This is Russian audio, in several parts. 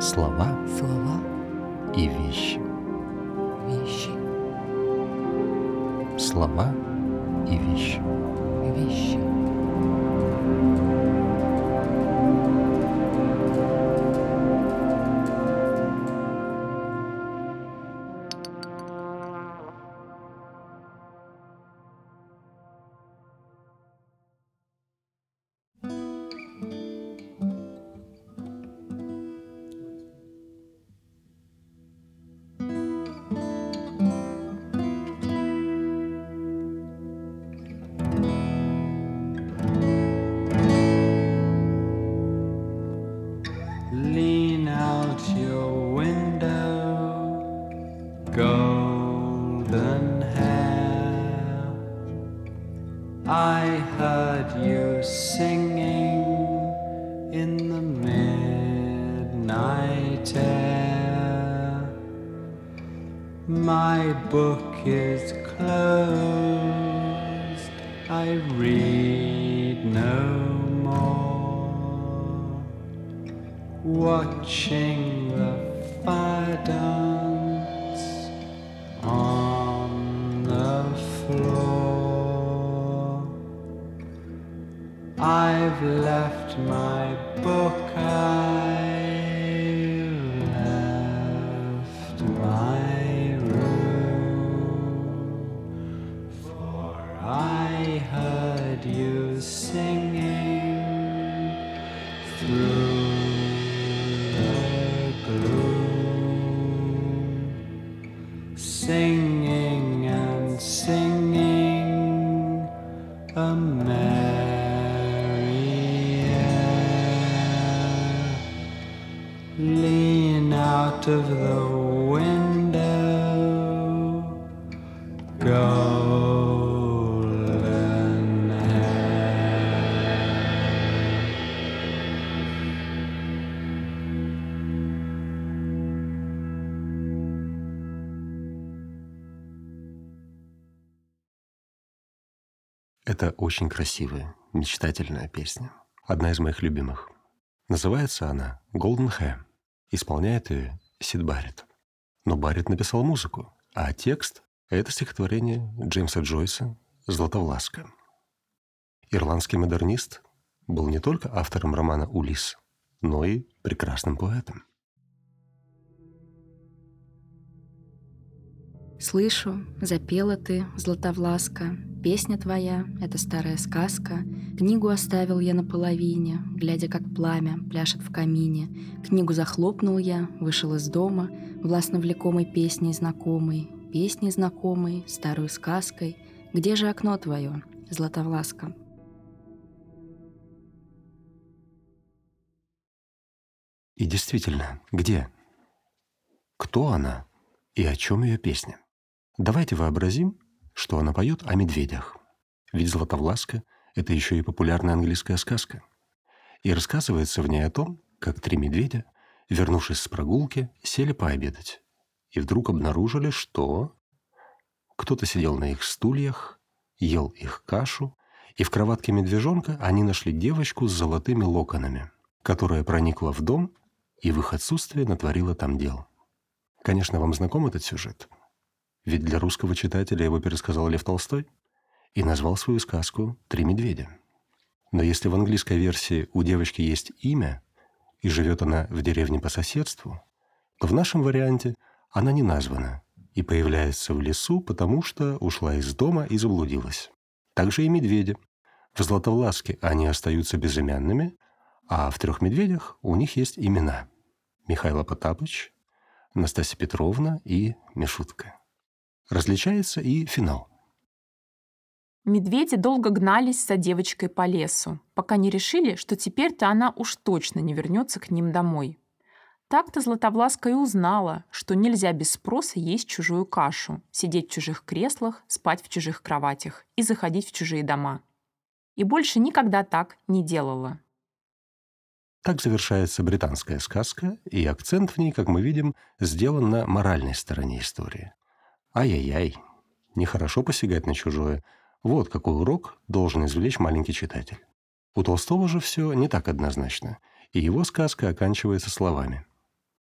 Слова слова и вещи. вещи, Слова и вещи. вещи. Lean out your window, golden hair. I heard you singing in the midnight air. My book is closed, I read no more. Watching the fire dance on the floor. I've left my book, I've left my room, for I heard you singing through singing and singing a merry air. Lean out of the window, golden hair. Это очень красивая, мечтательная песня. Одна из моих любимых. Называется она «Golden Hair». Исполняет ее Сид Барретт. Но Барретт написал музыку, а текст — это стихотворение Джеймса Джойса «Златовласка». Ирландский модернист был не только автором романа «Улисс», но и прекрасным поэтом. Слышу, запела ты, Златовласка, песня твоя — это старая сказка. Книгу оставил я наполовине, глядя, как пламя пляшет в камине. Книгу захлопнул я, вышел из дома, властно влекомой песней знакомой, старую сказкой. Где же окно твое, Златовласка? И действительно, где? Кто она и о чем ее песня? Давайте вообразим, что она поет о медведях. Ведь «Златовласка» — это еще и популярная английская сказка. И рассказывается в ней о том, как 3 медведя, вернувшись с прогулки, сели пообедать. И вдруг обнаружили, что кто-то сидел на их стульях, ел их кашу, и в кроватке медвежонка они нашли девочку с золотыми локонами, которая проникла в дом и в их отсутствие натворила там дел. Конечно, вам знаком этот сюжет? Ведь для русского читателя его пересказал Лев Толстой и назвал свою сказку «Три медведя». Но если в английской версии у девочки есть имя, и живет она в деревне по соседству, то в нашем варианте она не названа и появляется в лесу, потому что ушла из дома и заблудилась. Также и медведи. В «Златовласке» они остаются безымянными, а в «Трех медведях» у них есть имена: Михайло Потапыч, Настасья Петровна и Мишутка. Различается и финал. Медведи долго гнались за девочкой по лесу, пока не решили, что теперь-то она уж точно не вернется к ним домой. Так-то Златовласка и узнала, что нельзя без спроса есть чужую кашу, сидеть в чужих креслах, спать в чужих кроватях и заходить в чужие дома. И больше никогда так не делала. Так завершается британская сказка, и акцент в ней, как мы видим, сделан на моральной стороне истории. Ай-яй-яй, нехорошо посягать на чужое. Вот какой урок должен извлечь маленький читатель. У Толстого же все не так однозначно, и его сказка оканчивается словами: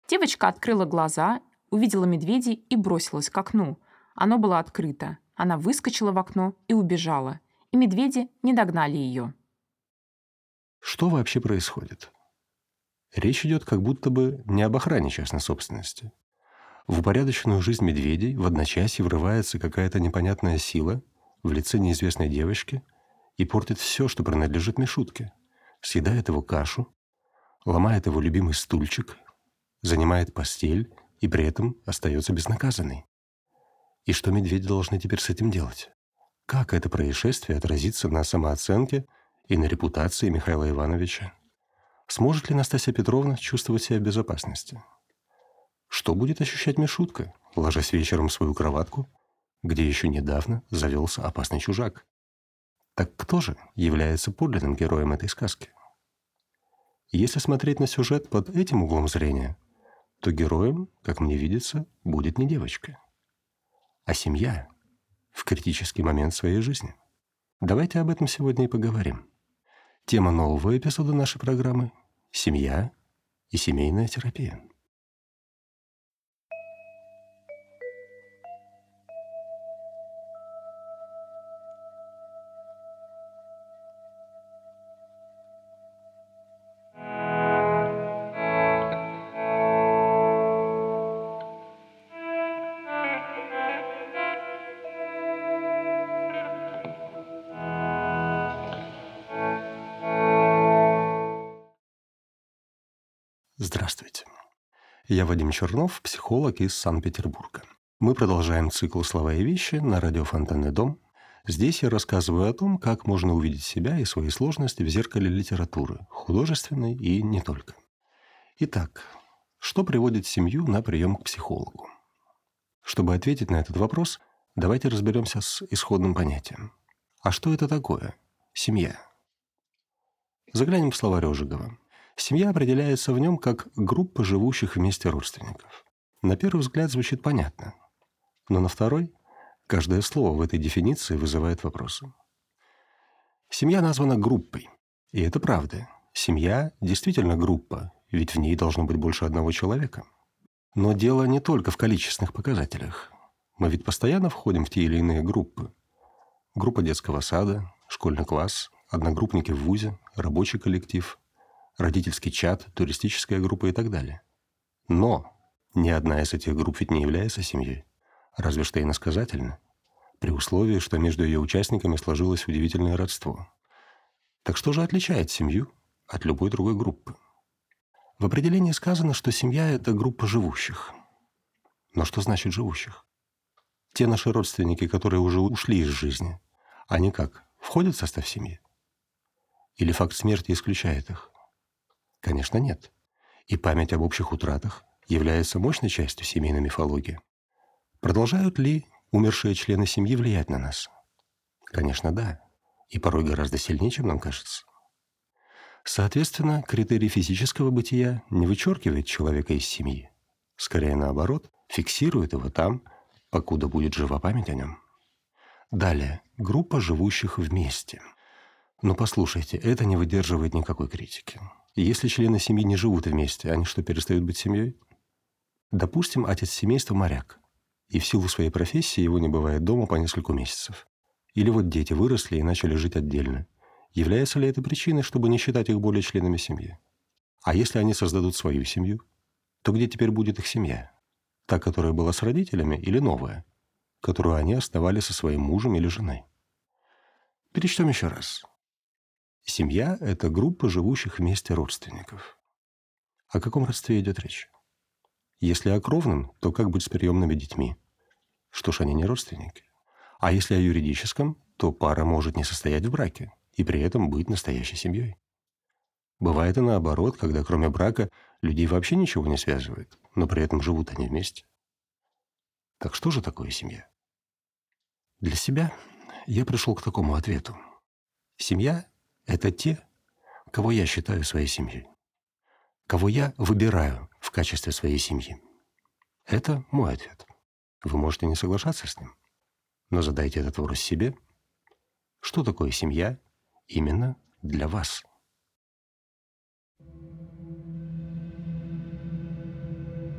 Девочка открыла глаза, увидела медведей и бросилась к окну. Оно было открыто. Она выскочила в окно и убежала. И медведи не догнали ее. Что вообще происходит? Речь идет как будто бы не об охране частной собственности. В упорядоченную жизнь медведей в одночасье врывается какая-то непонятная сила в лице неизвестной девочки и портит все, что принадлежит Мишутке. Съедает его кашу, ломает его любимый стульчик, занимает постель и при этом остается безнаказанной. И что медведи должны теперь с этим делать? Как это происшествие отразится на самооценке и на репутации Михаила Ивановича? Сможет ли Настасья Петровна чувствовать себя в безопасности? Что будет ощущать Мишутка, ложась вечером в свою кроватку, где еще недавно завелся опасный чужак? Так кто же является подлинным героем этой сказки? Если смотреть на сюжет под этим углом зрения, то героем, как мне видится, будет не девочка, а семья в критический момент своей жизни. Давайте об этом сегодня и поговорим. Тема нового эпизода нашей программы – семья и семейная терапия. Здравствуйте. Я Вадим Чернов, психолог из Санкт-Петербурга. Мы продолжаем цикл «Слова и вещи» на радио «Фонтанный дом». Здесь я рассказываю о том, как можно увидеть себя и свои сложности в зеркале литературы, художественной и не только. Итак, что приводит семью на прием к психологу? Чтобы ответить на этот вопрос, давайте разберемся с исходным понятием. А что это такое семья? Заглянем в словарь Ожегова. Семья определяется в нем как группа живущих вместе родственников. На первый взгляд звучит понятно, но на второй каждое слово в этой дефиниции вызывает вопросы. Семья названа группой, и это правда. Семья действительно группа, ведь в ней должно быть больше одного человека. Но дело не только в количественных показателях. Мы ведь постоянно входим в те или иные группы. Группа детского сада, школьный класс, одногруппники в вузе, рабочий коллектив, родительский чат, туристическая группа и так далее. Но ни одна из этих групп ведь не является семьей, разве что иносказательно, при условии, что между ее участниками сложилось удивительное родство. Так что же отличает семью от любой другой группы? В определении сказано, что семья – это группа живущих. Но что значит живущих? Те наши родственники, которые уже ушли из жизни, они как, входят в состав семьи? Или факт смерти исключает их? Конечно, нет. И память об общих утратах является мощной частью семейной мифологии. Продолжают ли умершие члены семьи влиять на нас? Конечно, да. И порой гораздо сильнее, чем нам кажется. Соответственно, критерий физического бытия не вычеркивает человека из семьи. Скорее наоборот, фиксирует его там, покуда будет жива память о нем. Далее. Группа живущих вместе. Но послушайте, это не выдерживает никакой критики. Если члены семьи не живут вместе, они что, перестают быть семьей? Допустим, отец семейства моряк, и в силу своей профессии его не бывает дома по несколько месяцев. Или вот дети выросли и начали жить отдельно. Является ли это причиной, чтобы не считать их более членами семьи? А если они создадут свою семью, то где теперь будет их семья? Та, которая была с родителями, или новая, которую они основали со своим мужем или женой? Перечтем еще раз. Семья – это группа живущих вместе родственников. О каком родстве идет речь? Если о кровном, то как быть с приемными детьми? Что ж, они не родственники. А если о юридическом, то пара может не состоять в браке и при этом быть настоящей семьей. Бывает и наоборот, когда кроме брака людей вообще ничего не связывает, но при этом живут они вместе. Так что же такое семья? Для себя я пришел к такому ответу. Семья – это те, кого я считаю своей семьей, кого я выбираю в качестве своей семьи. Это мой ответ. Вы можете не соглашаться с ним, но задайте этот вопрос себе. Что такое семья именно для вас?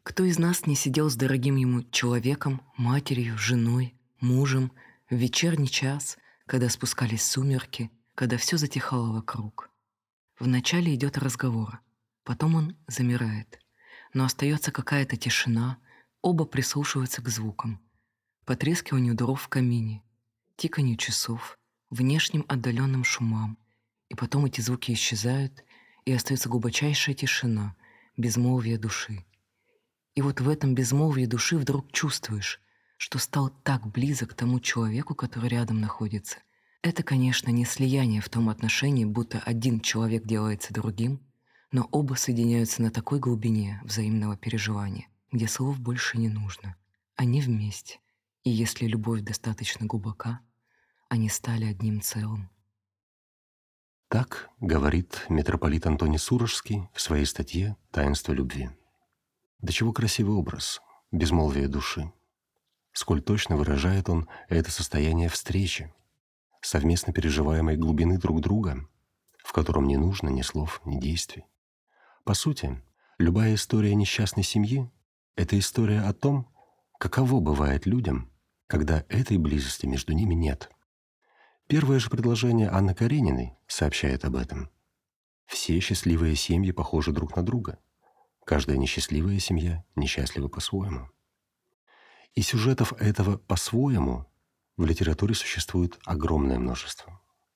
Кто из нас не сидел с дорогим ему человеком, матерью, женой, мужем в вечерний час, когда спускались сумерки, когда все затихало вокруг? Вначале идет разговор, потом он замирает, но остается какая-то тишина, оба прислушиваются к звукам. Потрескиванию дров в камине, тиканью часов, внешним отдаленным шумам, и потом эти звуки исчезают, и остается глубочайшая тишина, безмолвие души. И вот в этом безмолвии души вдруг чувствуешь, что стал так близок к тому человеку, который рядом находится. Это, конечно, не слияние в том отношении, будто один человек делается другим, но оба соединяются на такой глубине взаимного переживания, где слов больше не нужно. Они вместе, и если любовь достаточно глубока, они стали одним целым. Так говорит митрополит Антоний Сурожский в своей статье «Таинство любви». До чего красивый образ, безмолвие души. Сколь точно выражает он это состояние встречи, совместно переживаемой глубины друг друга, в котором не нужно ни слов, ни действий. По сути, любая история несчастной семьи — это история о том, каково бывает людям, когда этой близости между ними нет. Первое же предложение Анны Карениной сообщает об этом. Все счастливые семьи похожи друг на друга. Каждая несчастливая семья несчастлива по-своему. И сюжетов этого «по-своему» в литературе существует огромное множество.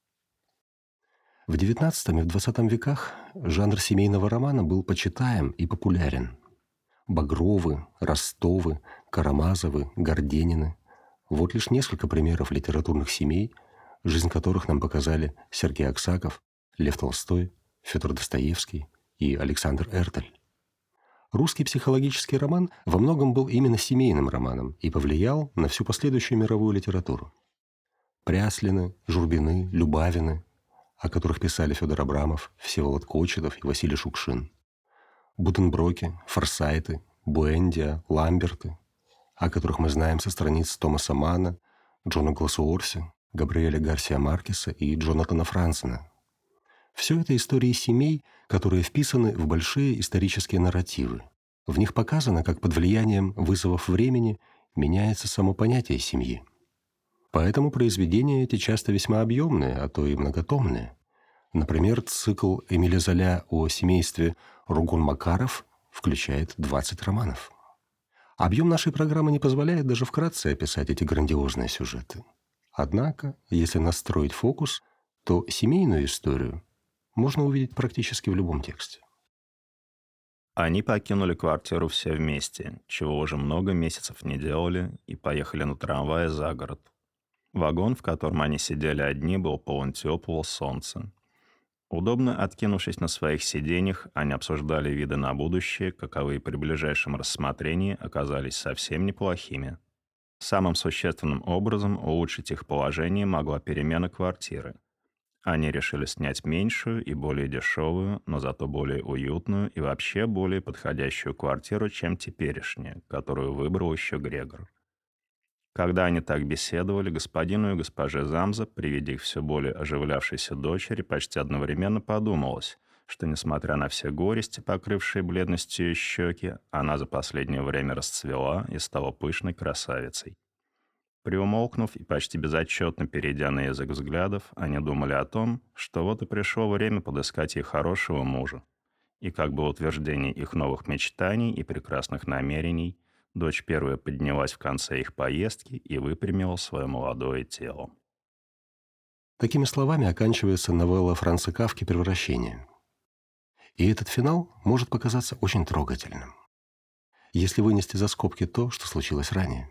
В XIX и в XX веках жанр семейного романа был почитаем и популярен. Багровы, Ростовы, Карамазовы, Горденины – вот лишь несколько примеров литературных семей, жизнь которых нам показали Сергей Аксаков, Лев Толстой, Федор Достоевский и Александр Эртель. Русский психологический роман во многом был именно семейным романом и повлиял на всю последующую мировую литературу. Пряслины, Журбины, Любавины, о которых писали Федор Абрамов, Всеволод Кочетов и Василий Шукшин. Буденброки, Форсайты, Буэндиа, Ламберты, о которых мы знаем со страниц Томаса Манна, Джона Гласуорси, Габриэля Гарсиа Маркеса и Джонатана Франсена. Все это истории семей, которые вписаны в большие исторические нарративы. В них показано, как под влиянием вызовов времени меняется само понятие семьи. Поэтому произведения эти часто весьма объемные, а то и многотомные. Например, цикл Эмиля Золя о семействе Ругон-Макаров включает 20 романов. Объем нашей программы не позволяет даже вкратце описать эти грандиозные сюжеты. Однако, если настроить фокус, то семейную историю можно увидеть практически в любом тексте. Они покинули квартиру все вместе, чего уже много месяцев не делали, и поехали на трамвае за город. Вагон, в котором они сидели одни, был полон теплого солнца. Удобно откинувшись на своих сиденьях, они обсуждали виды на будущее, каковые при ближайшем рассмотрении оказались совсем неплохими. Самым существенным образом улучшить их положение могла перемена квартиры. Они решили снять меньшую и более дешевую, но зато более уютную и вообще более подходящую квартиру, чем теперешняя, которую выбрал еще Грегор. Когда они так беседовали, господину и госпоже Замза, при виде их все более оживлявшейся дочери, почти одновременно подумалось, что, несмотря на все горести, покрывшие бледностью ее щеки, она за последнее время расцвела и стала пышной красавицей. Приумолкнув и почти безотчетно перейдя на язык взглядов, они думали о том, что вот и пришло время подыскать ей хорошего мужа. И как бы в утверждении их новых мечтаний и прекрасных намерений, дочь первая поднялась в конце их поездки и выпрямила свое молодое тело. Такими словами оканчивается новелла Франца Кафки «Превращение». И этот финал может показаться очень трогательным, если вынести за скобки то, что случилось ранее.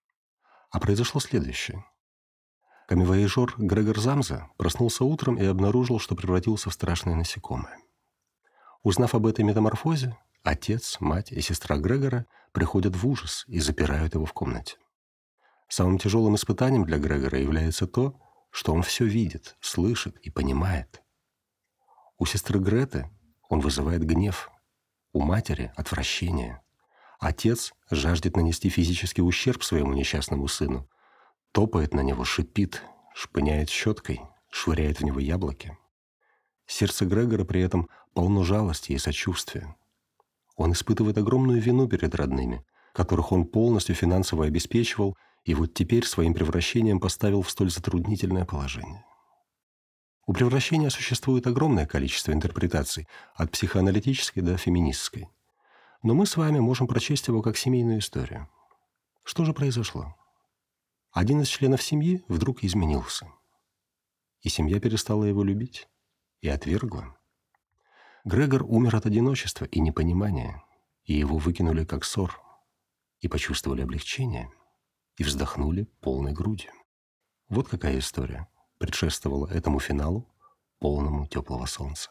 А произошло следующее. Камевояжер Грегор Замза проснулся утром и обнаружил, что превратился в страшное насекомое. Узнав об этой метаморфозе, отец, мать и сестра Грегора приходят в ужас и запирают его в комнате. Самым тяжелым испытанием для Грегора является то, что он все видит, слышит и понимает. У сестры Греты он вызывает гнев, у матери – отвращение. Отец жаждет нанести физический ущерб своему несчастному сыну, топает на него, шипит, шпыняет щеткой, швыряет в него яблоки. Сердце Грегора при этом полно жалости и сочувствия. Он испытывает огромную вину перед родными, которых он полностью финансово обеспечивал, и вот теперь своим превращением поставил в столь затруднительное положение. У превращения существует огромное количество интерпретаций, от психоаналитической до феминистской. Но мы с вами можем прочесть его как семейную историю. Что же произошло? Один из членов семьи вдруг изменился. И семья перестала его любить и отвергла. Грегор умер от одиночества и непонимания, и его выкинули как ссор, и почувствовали облегчение, и вздохнули полной грудью. Вот какая история предшествовала этому финалу, полному теплого солнца.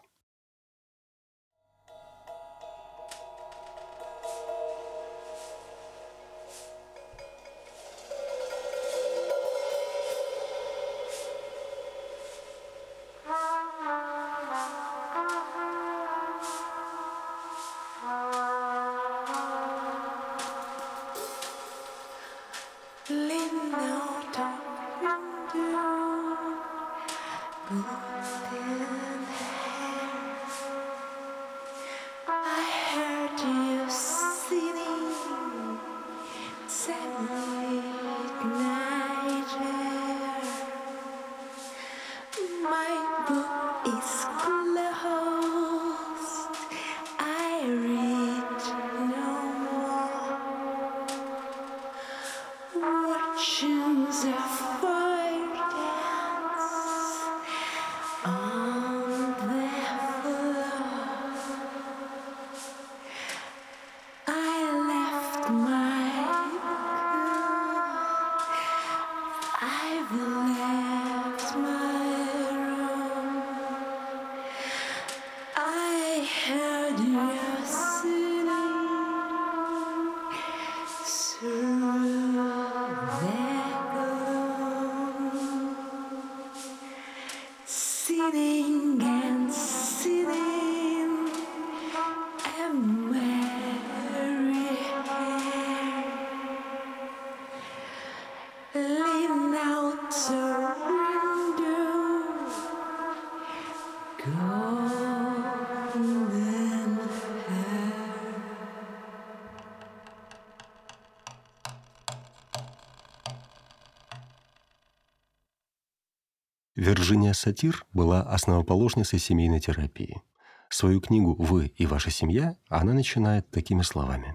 Вирджиния Сатир была основоположницей семейной терапии. Свою книгу «Вы и ваша семья» она начинает такими словами.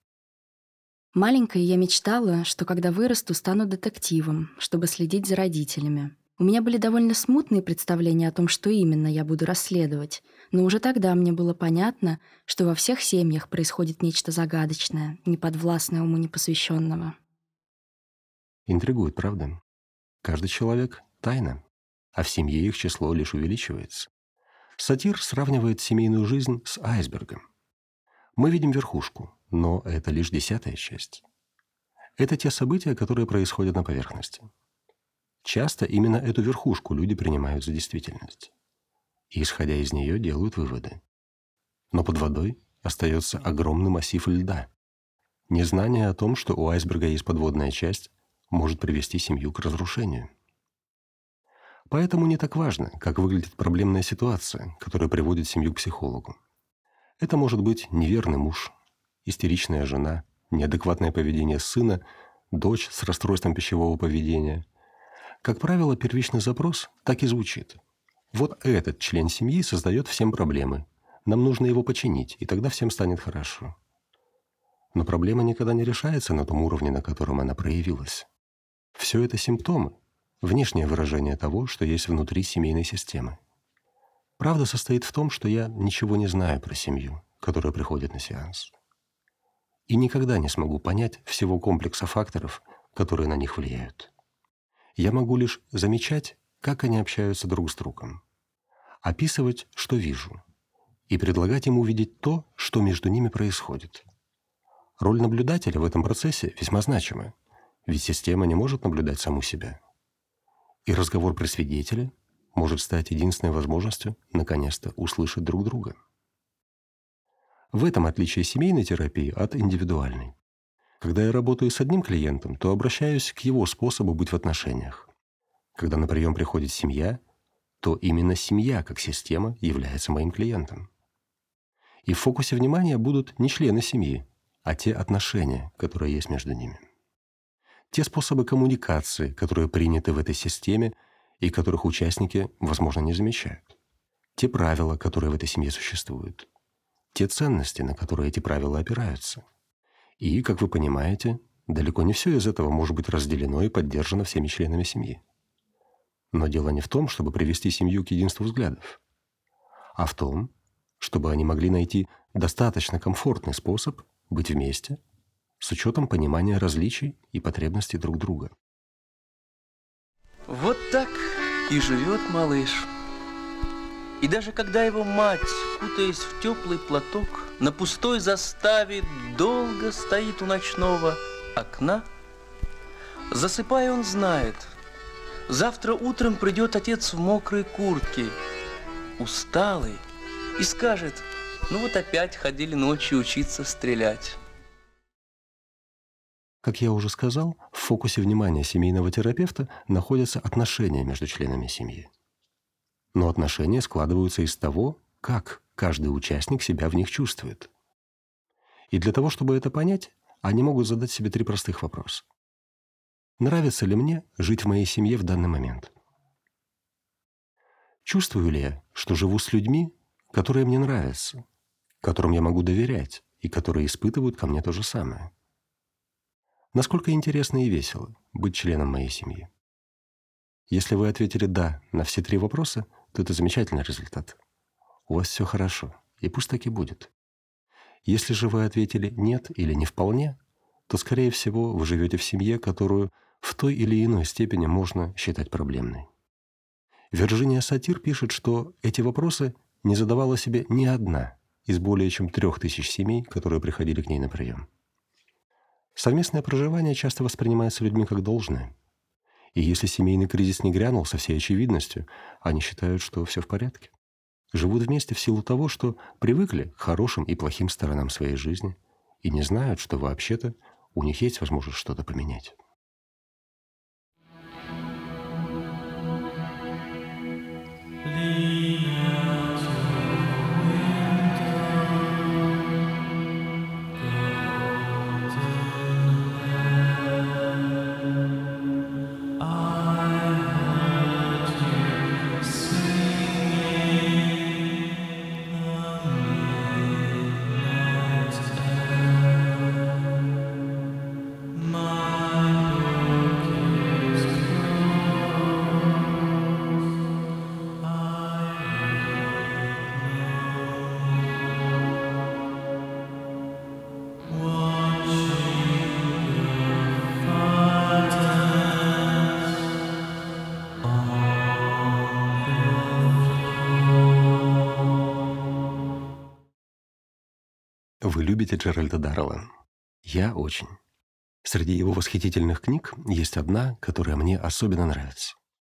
Маленькой я мечтала, что когда вырасту, стану детективом, чтобы следить за родителями. У меня были довольно смутные представления о том, что именно я буду расследовать, но уже тогда мне было понятно, что во всех семьях происходит нечто загадочное, неподвластное уму непосвященного. Интригует, правда? Каждый человек — тайна, а в семье их число лишь увеличивается. Сатир сравнивает семейную жизнь с айсбергом. Мы видим верхушку, но это лишь 10-я часть. Это те события, которые происходят на поверхности. Часто именно эту верхушку люди принимают за действительность. И, исходя из нее, делают выводы. Но под водой остается огромный массив льда. Незнание о том, что у айсберга есть подводная часть, может привести семью к разрушению. Поэтому не так важно, как выглядит проблемная ситуация, которая приводит семью к психологу. Это может быть неверный муж, истеричная жена, неадекватное поведение сына, дочь с расстройством пищевого поведения. Как правило, первичный запрос так и звучит. Вот этот член семьи создает всем проблемы. Нам нужно его починить, и тогда всем станет хорошо. Но проблема никогда не решается на том уровне, на котором она проявилась. Все это симптомы, внешнее выражение того, что есть внутри семейной системы. Правда состоит в том, что я ничего не знаю про семью, которая приходит на сеанс. И никогда не смогу понять всего комплекса факторов, которые на них влияют. Я могу лишь замечать, как они общаются друг с другом, описывать, что вижу, и предлагать им увидеть то, что между ними происходит. Роль наблюдателя в этом процессе весьма значима, ведь система не может наблюдать саму себя. И разговор при свидетеле может стать единственной возможностью наконец-то услышать друг друга. В этом отличие семейной терапии от индивидуальной. Когда я работаю с одним клиентом, то обращаюсь к его способу быть в отношениях. Когда на прием приходит семья, то именно семья как система является моим клиентом. И в фокусе внимания будут не члены семьи, а те отношения, которые есть между ними. Те способы коммуникации, которые приняты в этой системе и которых участники, возможно, не замечают. Те правила, которые в этой семье существуют. Те ценности, на которые эти правила опираются. И, как вы понимаете, далеко не все из этого может быть разделено и поддержано всеми членами семьи. Но дело не в том, чтобы привести семью к единству взглядов, а в том, чтобы они могли найти достаточно комфортный способ быть вместе с учетом понимания различий и потребностей друг друга. Вот так и живет малыш. И даже когда его мать, кутаясь в теплый платок, на пустой заставе долго стоит у ночного окна, засыпая, он знает, завтра утром придет отец в мокрой куртке, усталый, и скажет: ну вот опять ходили ночью учиться стрелять. Как я уже сказал, в фокусе внимания семейного терапевта находятся отношения между членами семьи. Но отношения складываются из того, как каждый участник себя в них чувствует. И для того, чтобы это понять, они могут задать себе 3 простых вопроса. Нравится ли мне жить в моей семье в данный момент? Чувствую ли я, что живу с людьми, которые мне нравятся, которым я могу доверять и которые испытывают ко мне то же самое? Насколько интересно и весело быть членом моей семьи? Если вы ответили «да» на все 3 вопроса, то это замечательный результат. У вас все хорошо, и пусть так и будет. Если же вы ответили «нет» или «не вполне», то, скорее всего, вы живете в семье, которую в той или иной степени можно считать проблемной. Вирджиния Сатир пишет, что эти вопросы не задавала себе ни одна из более чем 3000 семей, которые приходили к ней на прием. Совместное проживание часто воспринимается людьми как должное. И если семейный кризис не грянул со всей очевидностью, они считают, что все в порядке. Живут вместе в силу того, что привыкли к хорошим и плохим сторонам своей жизни и не знают, что вообще-то у них есть возможность что-то поменять. Вы любите Джеральда Даррелла? Я очень. Среди его восхитительных книг есть одна, которая мне особенно нравится.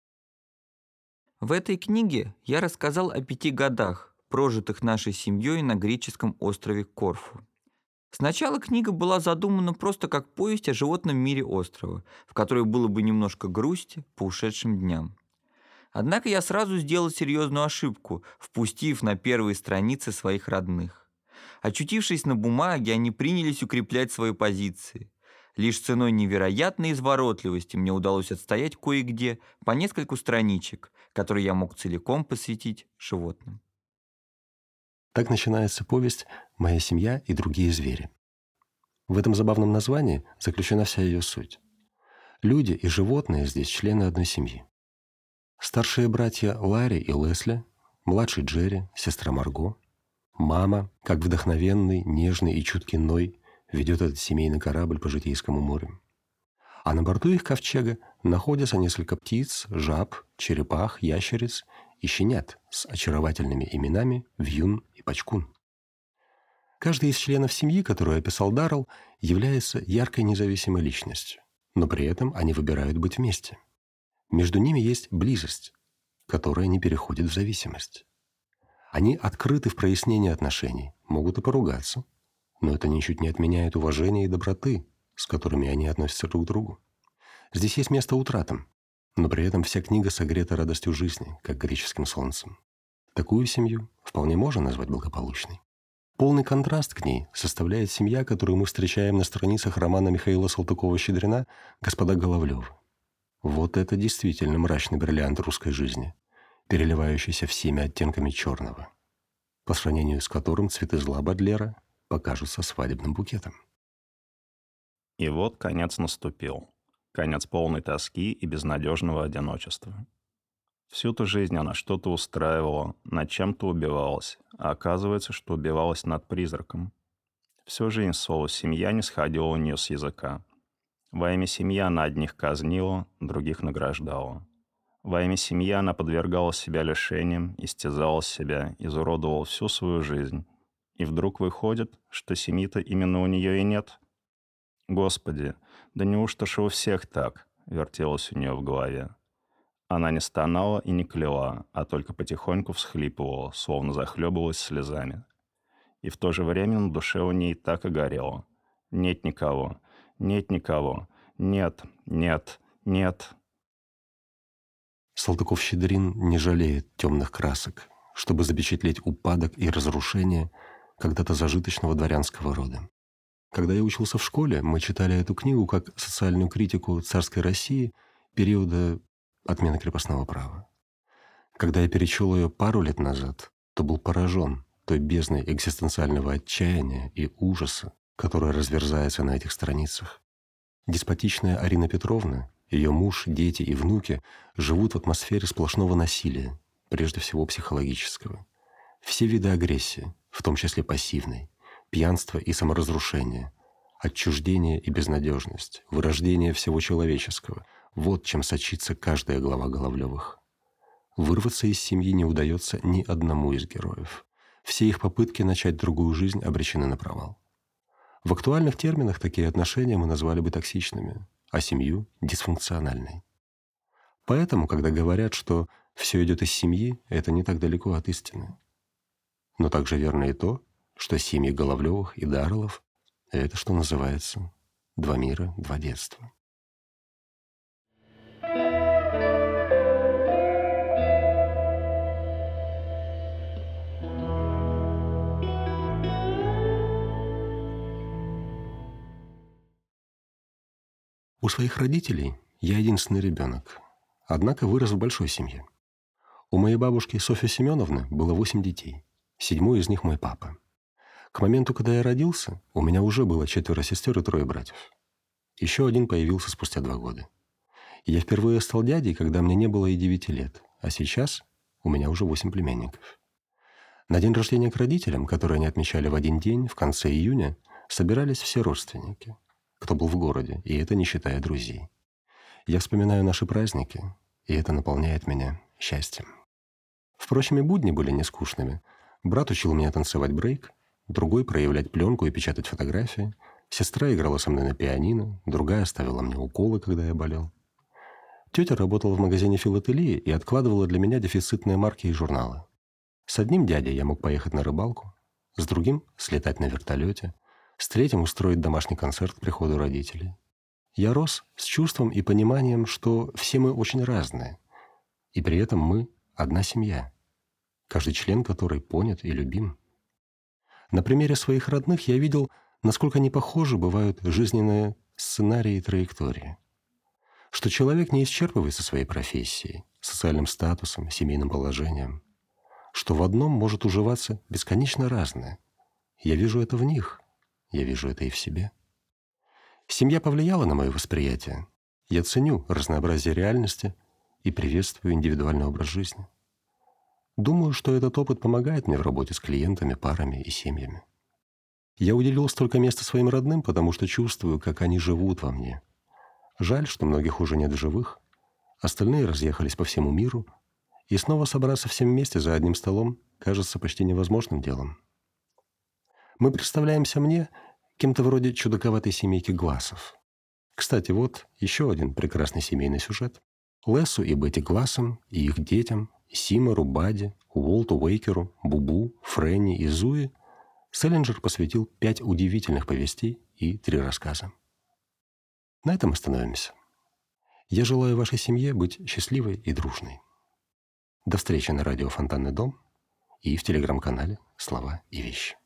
В этой книге я рассказал о 5 годах, прожитых нашей семьей на греческом острове Корфу. Сначала книга была задумана просто как повесть о животном мире острова, в которой было бы немножко грусти по ушедшим дням. Однако я сразу сделал серьезную ошибку, впустив на первые страницы своих родных. Очутившись на бумаге, они принялись укреплять свои позиции. Лишь ценой невероятной изворотливости мне удалось отстоять кое-где по нескольку страничек, которые я мог целиком посвятить животным. Так начинается повесть «Моя семья и другие звери». В этом забавном названии заключена вся ее суть. Люди и животные здесь члены одной семьи. Старшие братья Ларри и Лесли, младший Джерри, сестра Марго, мама, как вдохновенный, нежный и чуткий Ной, ведет этот семейный корабль по Житейскому морю. А на борту их ковчега находятся несколько птиц, жаб, черепах, ящериц и щенят с очаровательными именами Вьюн и Пачкун. Каждый из членов семьи, которую описал Даррелл, является яркой независимой личностью, но при этом они выбирают быть вместе. Между ними есть близость, которая не переходит в зависимость. Они открыты в прояснении отношений, могут и поругаться, но это ничуть не отменяет уважения и доброты, с которыми они относятся друг к другу. Здесь есть место утратам, но при этом вся книга согрета радостью жизни, как греческим солнцем. Такую семью вполне можно назвать благополучной. Полный контраст к ней составляет семья, которую мы встречаем на страницах романа Михаила Салтыкова-Щедрина «Господа Головлёвы». Вот это действительно мрачный бриллиант русской жизни, переливающийся всеми оттенками черного, по сравнению с которым цветы зла Бодлера покажутся свадебным букетом. И вот конец наступил. Конец полной тоски и безнадежного одиночества. Всю ту жизнь она что-то устраивала, над чем-то убивалась, а оказывается, что убивалась над призраком. Всю жизнь слово «семья» не сходило у нее с языка. Во имя семьи она одних казнила, других награждала. Во имя семьи она подвергала себя лишениям, истязала себя, изуродовала всю свою жизнь. И вдруг выходит, что семьи-то именно у нее и нет. Господи, да неужто ж у всех так? Вертелось у нее в голове. Она не стонала и не кляла, а только потихоньку всхлипывала, словно захлебывалась слезами. И в то же время на душе у ней так и горело. Нет никого, нет никого, нет, нет, нет. Салтыков-Щедрин не жалеет темных красок, чтобы запечатлеть упадок и разрушение когда-то зажиточного дворянского рода. Когда я учился в школе, мы читали эту книгу как социальную критику царской России периода отмены крепостного права. Когда я перечел ее пару лет назад, то был поражен той бездной экзистенциального отчаяния и ужаса, которая разверзается на этих страницах. Деспотичная Арина Петровна, ее муж, дети и внуки живут в атмосфере сплошного насилия, прежде всего психологического. Все виды агрессии, в том числе пассивной, пьянство и саморазрушение, отчуждение и безнадежность, вырождение всего человеческого — вот чем сочится каждая глава Головлёвых. Вырваться из семьи не удается ни одному из героев. Все их попытки начать другую жизнь обречены на провал. В актуальных терминах такие отношения мы назвали бы токсичными, а семью — дисфункциональной. Поэтому, когда говорят, что все идет из семьи, это не так далеко от истины. Но также верно и то, что семьи Головлёвых и Дарлов — это, что называется, два мира, два детства. У своих родителей я единственный ребенок, однако вырос в большой семье. У моей бабушки Софьи Семеновны было 8 детей, 7-й из них мой папа. К моменту, когда я родился, у меня уже было 4 сестер и 3 братьев. Еще один появился спустя 2 года. Я впервые стал дядей, когда мне не было и 9 лет, а сейчас у меня уже 8 племянников. На день рождения к родителям, который они отмечали в один день, в конце июня, собирались все родственники, кто был в городе, и это не считая друзей. Я вспоминаю наши праздники, и это наполняет меня счастьем. Впрочем, и будни были не скучными. Брат учил меня танцевать брейк, другой — проявлять пленку и печатать фотографии, сестра играла со мной на пианино, другая ставила мне уколы, когда я болел. Тетя работала в магазине филателии и откладывала для меня дефицитные марки и журналы. С одним дядей я мог поехать на рыбалку, с другим — слетать на вертолете, с третьим — устроить домашний концерт к приходу родителей. Я рос с чувством и пониманием, что все мы очень разные, и при этом мы — одна семья, каждый член которой понят и любим. На примере своих родных я видел, насколько не похожи бывают жизненные сценарии и траектории. Что человек не исчерпывается своей профессией, социальным статусом, семейным положением. Что в одном может уживаться бесконечно разное. Я вижу это в них, я вижу это и в себе. Семья повлияла на мое восприятие. Я ценю разнообразие реальности и приветствую индивидуальный образ жизни. Думаю, что этот опыт помогает мне в работе с клиентами, парами и семьями. Я уделил столько места своим родным, потому что чувствую, как они живут во мне. Жаль, что многих уже нет в живых. Остальные разъехались по всему миру, и снова собраться всем вместе за одним столом кажется почти невозможным делом. Мы представляемся мне кем-то вроде чудаковатой семейки Глассов. Кстати, вот еще один прекрасный семейный сюжет. Лесу и Бетти Глассам и их детям, Симору, Бадди, Уолту Уэйкеру, Бубу, Фрэнни и Зуи Селлинджер посвятил 5 удивительных повестей и 3 рассказа. На этом остановимся. Я желаю вашей семье быть счастливой и дружной. До встречи на радио «Фонтанный дом» и в телеграм-канале «Слова и вещи».